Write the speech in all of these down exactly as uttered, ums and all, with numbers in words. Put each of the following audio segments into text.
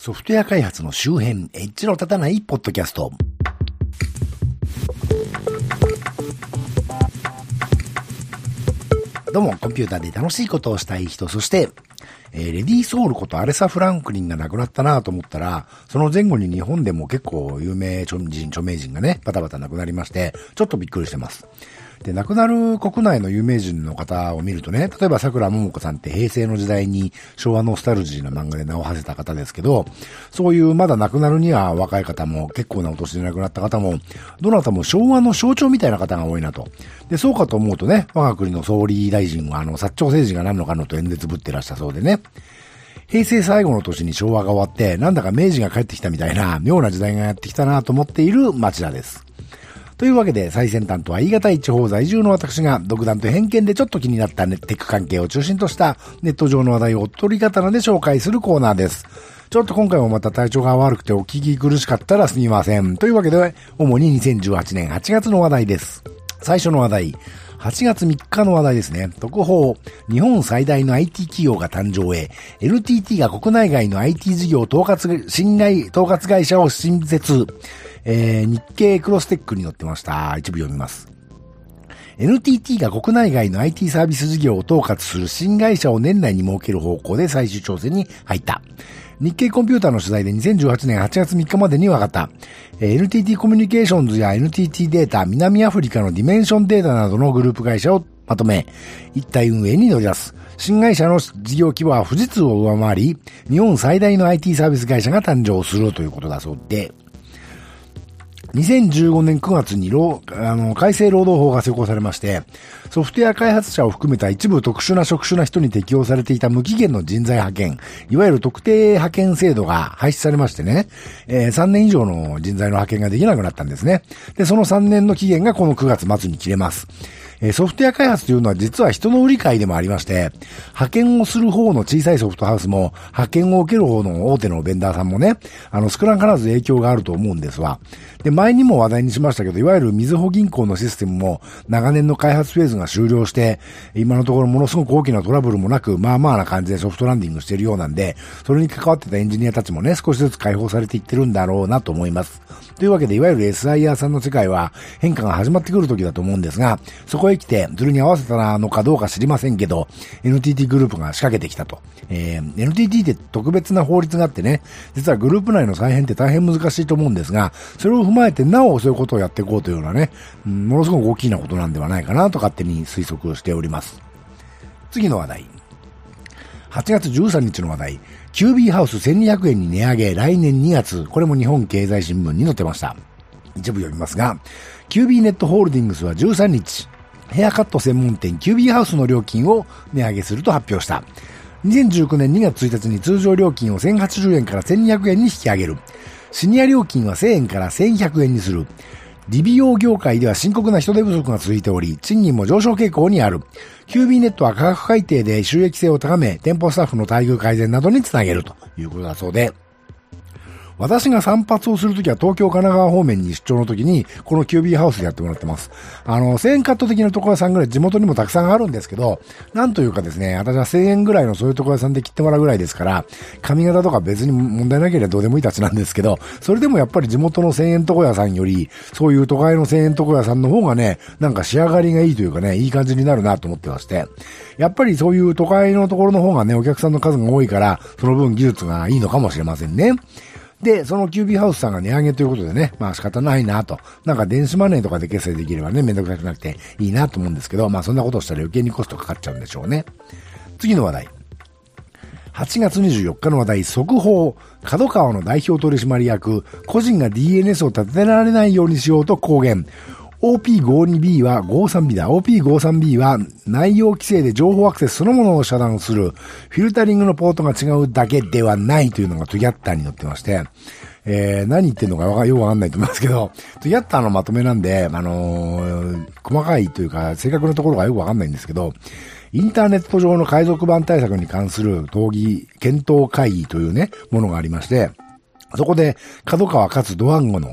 ソフトウェア開発の周辺、エッジの立たないポッドキャスト。どうも、コンピューターで楽しいことをしたい人、そして、えー、レディーソウルことアレサ・フランクリンが亡くなったなと思ったら、その前後に日本でも結構有名著人、著名人がね、バタバタ亡くなりまして、ちょっとびっくりしてます。で、亡くなる国内の有名人の方を見るとね、例えば桜桃子さんって平成の時代に昭和ノスタルジーな漫画で名を馳せた方ですけど、そういうまだ亡くなるには若い方も結構なお年で亡くなった方も、どなたも昭和の象徴みたいな方が多いなと。で、そうかと思うとね、我が国の総理大臣はあの、薩長政治が何のかのと演説ぶってらしたそうでね、平成最後の年に昭和が終わって、なんだか明治が帰ってきたみたいな妙な時代がやってきたなと思っている町田です。というわけで最先端とは言い難い地方在住の私が独断と偏見でちょっと気になったネテック関係を中心としたネット上の話題を取り刀で紹介するコーナーです。ちょっと今回もまた体調が悪くてお聞き苦しかったらすみません。というわけで主ににせんじゅうはちねんはちがつの話題です。最初の話題。はちがつみっかの話題ですね。特報。日本最大の アイティー 企業が誕生へ。エヌティーティー が国内外の アイティー 事業統括、侵害、統括会社を新設。えー、日経クロステックに載ってました。一部読みます。エヌティーティー が国内外の アイティー サービス事業を統括する新会社を年内に設ける方向で最終調整に入った。日経コンピューターの取材でにせんじゅうはちねんはちがつみっかまでに分かった。エヌティーティー コミュニケーションズや エヌティーティー データ、南アフリカのディメンションデータなどのグループ会社をまとめ、一体運営に乗り出す。新会社の事業規模は富士通を上回り、日本最大の アイティー サービス会社が誕生するということだそうで、にせんじゅうごねんくがつに労あの改正労働法が施行されまして、ソフトウェア開発者を含めた一部特殊な職種な人に適用されていた無期限の人材派遣、いわゆる特定派遣制度が廃止されましてね、えー、さんねん以上の人材の派遣ができなくなったんですね。で、そのさんねんの期限がこのくがつ末に切れます。ソフトウェア開発というのは実は人の売り買いでもありまして、派遣をする方の小さいソフトハウスも、派遣を受ける方の大手のベンダーさんもね、あの、少なからず影響があると思うんですわ。で、前にも話題にしましたけど、いわゆるみずほ銀行のシステムも、長年の開発フェーズが終了して、今のところものすごく大きなトラブルもなく、まあまあな感じでソフトランディングしているようなんで、それに関わってたエンジニアたちもね、少しずつ解放されていってるんだろうなと思います。というわけで、いわゆる エスアイアール さんの世界は変化が始まってくる時だと思うんですが、そこへ来て、それに合わせたのかどうか知りませんけど、エヌティーティー グループが仕掛けてきたと。えー、エヌティーティー って特別な法律があってね、実はグループ内の再編って大変難しいと思うんですが、それを踏まえてなおそういうことをやっていこうというようなね、ものすごく大きなことなんではないかなと勝手に推測しております。次の話題。はちがつじゅうさんにちの話題。キュービーハウスせんにひゃくえんに値上げ、来年にがつ。これも日本経済新聞に載ってました。一部読みますが、キュービーネットホールディングスはじゅうさんにち、ヘアカット専門店キュービーハウスの料金を値上げすると発表した。にせんじゅうきゅうねんにがつついたちに通常料金をせんはちじゅうえんからせんにひゃくえんに引き上げる。シニア料金はせんえんからせんひゃくえんにする。理美容業界では深刻な人手不足が続いており、賃金も上昇傾向にある。キュービーネットは価格改定で収益性を高め、店舗スタッフの待遇改善などにつなげるということだそうで、私が散髪をするときは東京神奈川方面に出張のときにこのキュービーハウスでやってもらってます。あのせんえんカット的な床屋さんぐらい地元にもたくさんあるんですけど、なんというかですね、私はせんえんぐらいのそういう床屋さんで切ってもらうぐらいですから、髪型とか別に問題なければどうでもいいたちなんですけど、それでもやっぱり地元のせんえん床屋さんよりそういう都会のせんえん床屋さんの方がね、なんか仕上がりがいいというかね、いい感じになるなと思ってまして、やっぱりそういう都会のところの方がね、お客さんの数が多いからその分技術がいいのかもしれませんね。で、そのキュービーハウスさんが値上げということでね、まあ仕方ないなと。なんか電子マネーとかで決済できればね、めんどくさくなくていいなと思うんですけど、まあそんなことをしたら余計にコストかかっちゃうんでしょうね。次の話題。はちがつにじゅうよっかの話題、速報。角川の代表取締役、個人が ディーエヌエス を立てられないようにしようと公言。オーピーごじゅうにビー は ごじゅうさんビー だ。オーピーごじゅうさんビー は内容規制で情報アクセスそのものを遮断する。フィルタリングのポートが違うだけではないというのがトゥギャッターに載ってまして、えー、何言ってんのかよくわかんないと思いますけど、トゥギャッターのまとめなんで、あのー、細かいというか正確なところがよくわかんないんですけど、インターネット上の海賊版対策に関する討議、検討会議というね、ものがありまして、そこで角川かつドワンゴの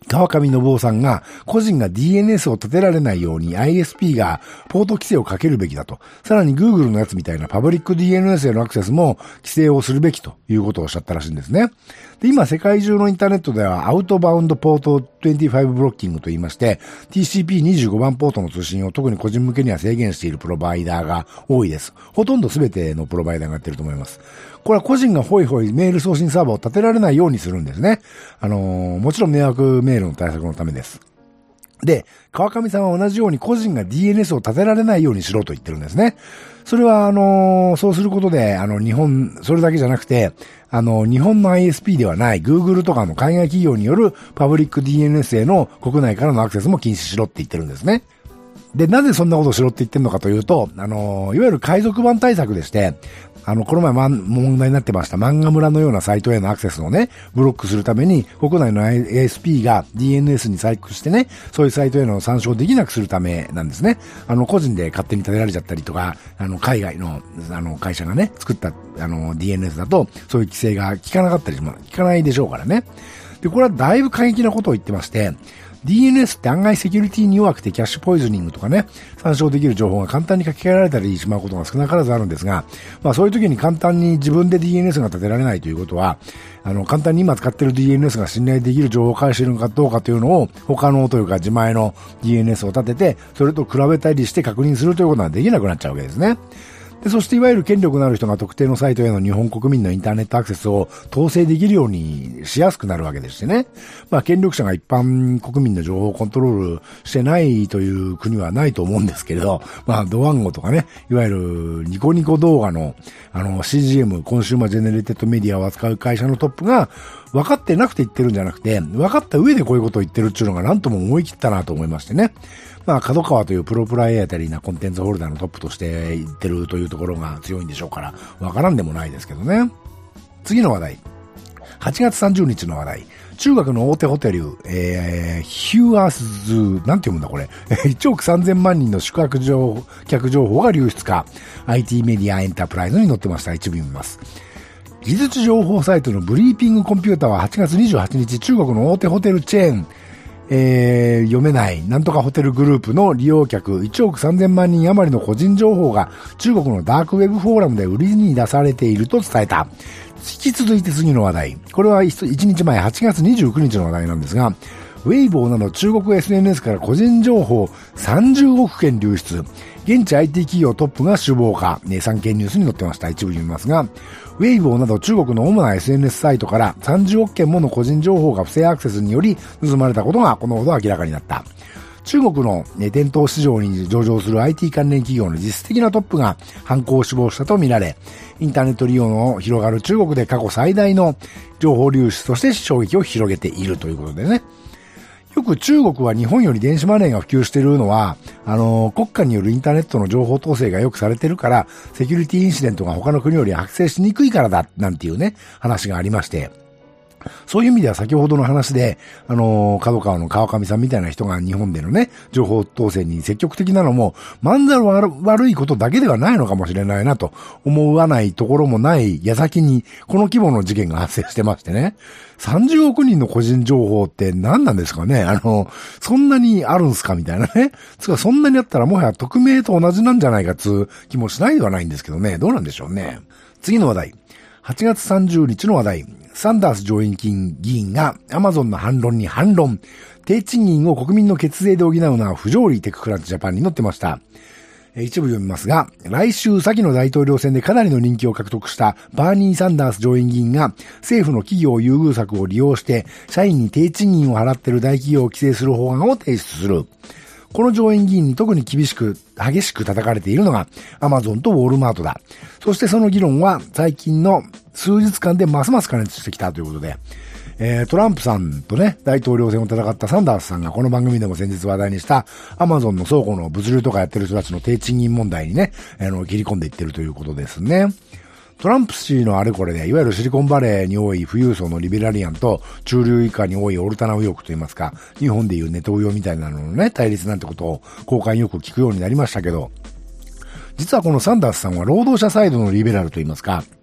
川上信夫さんが個人が ディーエヌエス を立てられないように アイエスピー がポート規制をかけるべきだと。さらに Google のやつみたいなパブリック ディーエヌエス へのアクセスも規制をするべきということをおっしゃったらしいんですね。で、今世界中のインターネットではアウトバウンドポートにじゅうごブロッキングと言いまして ティーシーピーにじゅうご 番ポートの通信を特に個人向けには制限しているプロバイダーが多いです。ほとんど全てのプロバイダーがやってると思います。これは個人がホイホイメール送信サーバーを立てられないようにするんですね。あのー、もちろん迷惑メールの対策のためです。で、川上さんは同じように個人が ディーエヌエス を立てられないようにしろと言ってるんですね。それはあのー、そうすることで、あの、日本、それだけじゃなくて、あの、日本の アイエスピー ではない Google とかの海外企業によるパブリック ディーエヌエス への国内からのアクセスも禁止しろって言ってるんですね。で、なぜそんなことをしろって言ってるのかというと、あの、いわゆる海賊版対策でして、あの、この前、ま、問題になってました漫画村のようなサイトへのアクセスをね、ブロックするために、国内の アイエスピー が ディーエヌエス に細工してね、そういうサイトへの参照できなくするためなんですね。あの、個人で勝手に立てられちゃったりとか、あの、海外の、あの、会社がね、作った、あの、ディーエヌエス だと、そういう規制が効かなかったりしま、効かないでしょうからね。で、これはだいぶ過激なことを言ってまして、ディーエヌエス って案外セキュリティに弱くてキャッシュポイズニングとかね、参照できる情報が簡単に書き換えられたりしまうことが少なからずあるんですが、まあそういう時に簡単に自分で ディーエヌエス が立てられないということは、あの簡単に今使っている ディーエヌエス が信頼できる情報を返しているのかどうかというのを他のというか自前の ディーエヌエス を立てて、それと比べたりして確認するということができなくなっちゃうわけですね。で、そしていわゆる権力のある人が特定のサイトへの日本国民のインターネットアクセスを統制できるようにしやすくなるわけでしてね。まあ権力者が一般国民の情報をコントロールしてないという国はないと思うんですけれど、まあドワンゴとかね、いわゆるニコニコ動画のあの シージーエム、コンシューマージェネレテッドメディアを扱う会社のトップが分かってなくて言ってるんじゃなくて、分かった上でこういうことを言ってるっていうのがなんとも思い切ったなと思いましてね。まあ、角川というプロプライエータリーなコンテンツホルダーのトップとして言ってるというところが強いんでしょうから、わからんでもないですけどね。次の話題。はちがつさんじゅうにちの話題。中国の大手ホテル、えー、ヒューアースズ、なんて読むんだこれ。いちおくさんぜんまんにんの宿泊情客情報が流出か。アイティー メディアエンタープライズに載ってました。一部見ます。技術情報サイトのブリーピングコンピューターははちがつにじゅうはちにち、中国の大手ホテルチェーン、えー、読めない、なんとかホテルグループの利用客いちおくさんぜんまんにん余りの個人情報が中国のダークウェブフォーラムで売りに出されていると伝えた。引き続いて次の話題。これはいちにちまえはちがつにじゅうくにちの話題なんですが、ウェイボーなど中国 エスエヌエス から個人情報さんじゅうおくけん流出。現地 アイティー 企業トップが首謀か、ね、産経ニュースに載ってました。一部読みますが、ウェイボーなど中国の主な エスエヌエス サイトからさんじゅうおくけんもの個人情報が不正アクセスにより盗まれたことがこのほど明らかになった。中国の、ね、店頭市場に上場する アイティー 関連企業の実質的なトップが犯行を首謀したとみられ、インターネット利用の広がる中国で過去最大の情報流出として衝撃を広げているということでね。よく中国は日本より電子マネーが普及しているのは、あの、国家によるインターネットの情報統制がよくされているから、セキュリティインシデントが他の国より発生しにくいからだ、なんていうね、話がありまして、そういう意味では先ほどの話で、あのー、角川の川上さんみたいな人が日本でのね、情報統制に積極的なのも、まんざら悪いことだけではないのかもしれないなと思わないところもない矢先に、この規模の事件が発生してましてね。さんじゅうおくにんの個人情報って何なんですかね。あの、そんなにあるんすかみたいなね。つかそんなにあったらもはや匿名と同じなんじゃないかつう気もしないではないんですけどね。どうなんでしょうね。次の話題。はちがつさんじゅうにちの話題。サンダース上院議員がアマゾンの反論に反論。低賃金を国民の血税で補うのは不条理テッククランチジャパンに載ってました。一部読みますが、来週先の大統領選でかなりの人気を獲得したバーニー・サンダース上院議員が政府の企業優遇策を利用して社員に低賃金を払っている大企業を規制する法案を提出する。この上院議員に特に厳しく、激しく叩かれているのがアマゾンとウォールマートだ。そしてその議論は最近の数日間でますます過熱してきたということで、えー、トランプさんとね、大統領選を戦ったサンダースさんがこの番組でも先日話題にしたアマゾンの倉庫の物流とかやってる人たちの低賃金問題にね、あの、切り込んでいってるということですね。トランプ氏のあれこれで、いわゆるシリコンバレーに多い富裕層のリベラリアンと中流以下に多いオルタナ右翼といいますか、日本でいうネトウヨみたいなののね、対立なんてことを公開によく聞くようになりましたけど、実はこのサンダースさんは労働者サイドのリベラルといいますか、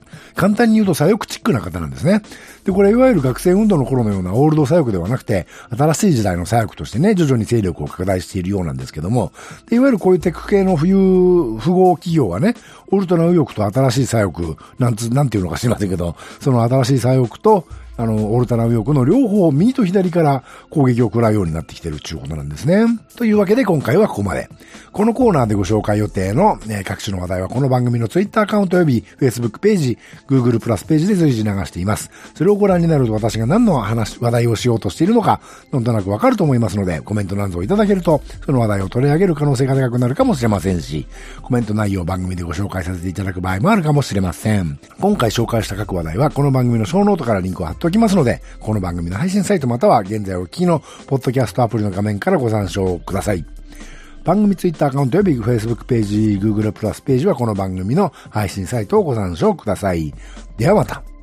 簡単に言うと左翼チックな方なんですね。で、これいわゆる学生運動の頃のようなオールド左翼ではなくて、新しい時代の左翼としてね、徐々に勢力を拡大しているようなんですけども、でいわゆるこういうテック系の富裕、富豪企業はね、ウルトラ右翼と新しい左翼、なんつ、なんていうのか知りませんけど、その新しい左翼と、あの、オルタナ右翼の両方、右と左から攻撃を食らうようになってきてるっていうことなんですね。というわけで今回はここまで。このコーナーでご紹介予定の、えー、各種の話題はこの番組の Twitter アカウント及び Facebook ページ、Google プラスページで随時流しています。それをご覧になると私が何の話、話題をしようとしているのか、なんとなくわかると思いますので、コメントなんぞをいただけると、その話題を取り上げる可能性が高くなるかもしれませんし、コメント内容を番組でご紹介させていただく場合もあるかもしれません。今回紹介した各話題はこの番組のショーノートからリンクを貼っておきますので、この番組の配信サイトまたは現在お聞きのポッドキャストアプリの画面からご参照ください。番組ツイッターアカウント及び Facebook ページ、Google プラスページはこの番組の配信サイトをご参照ください。ではまた。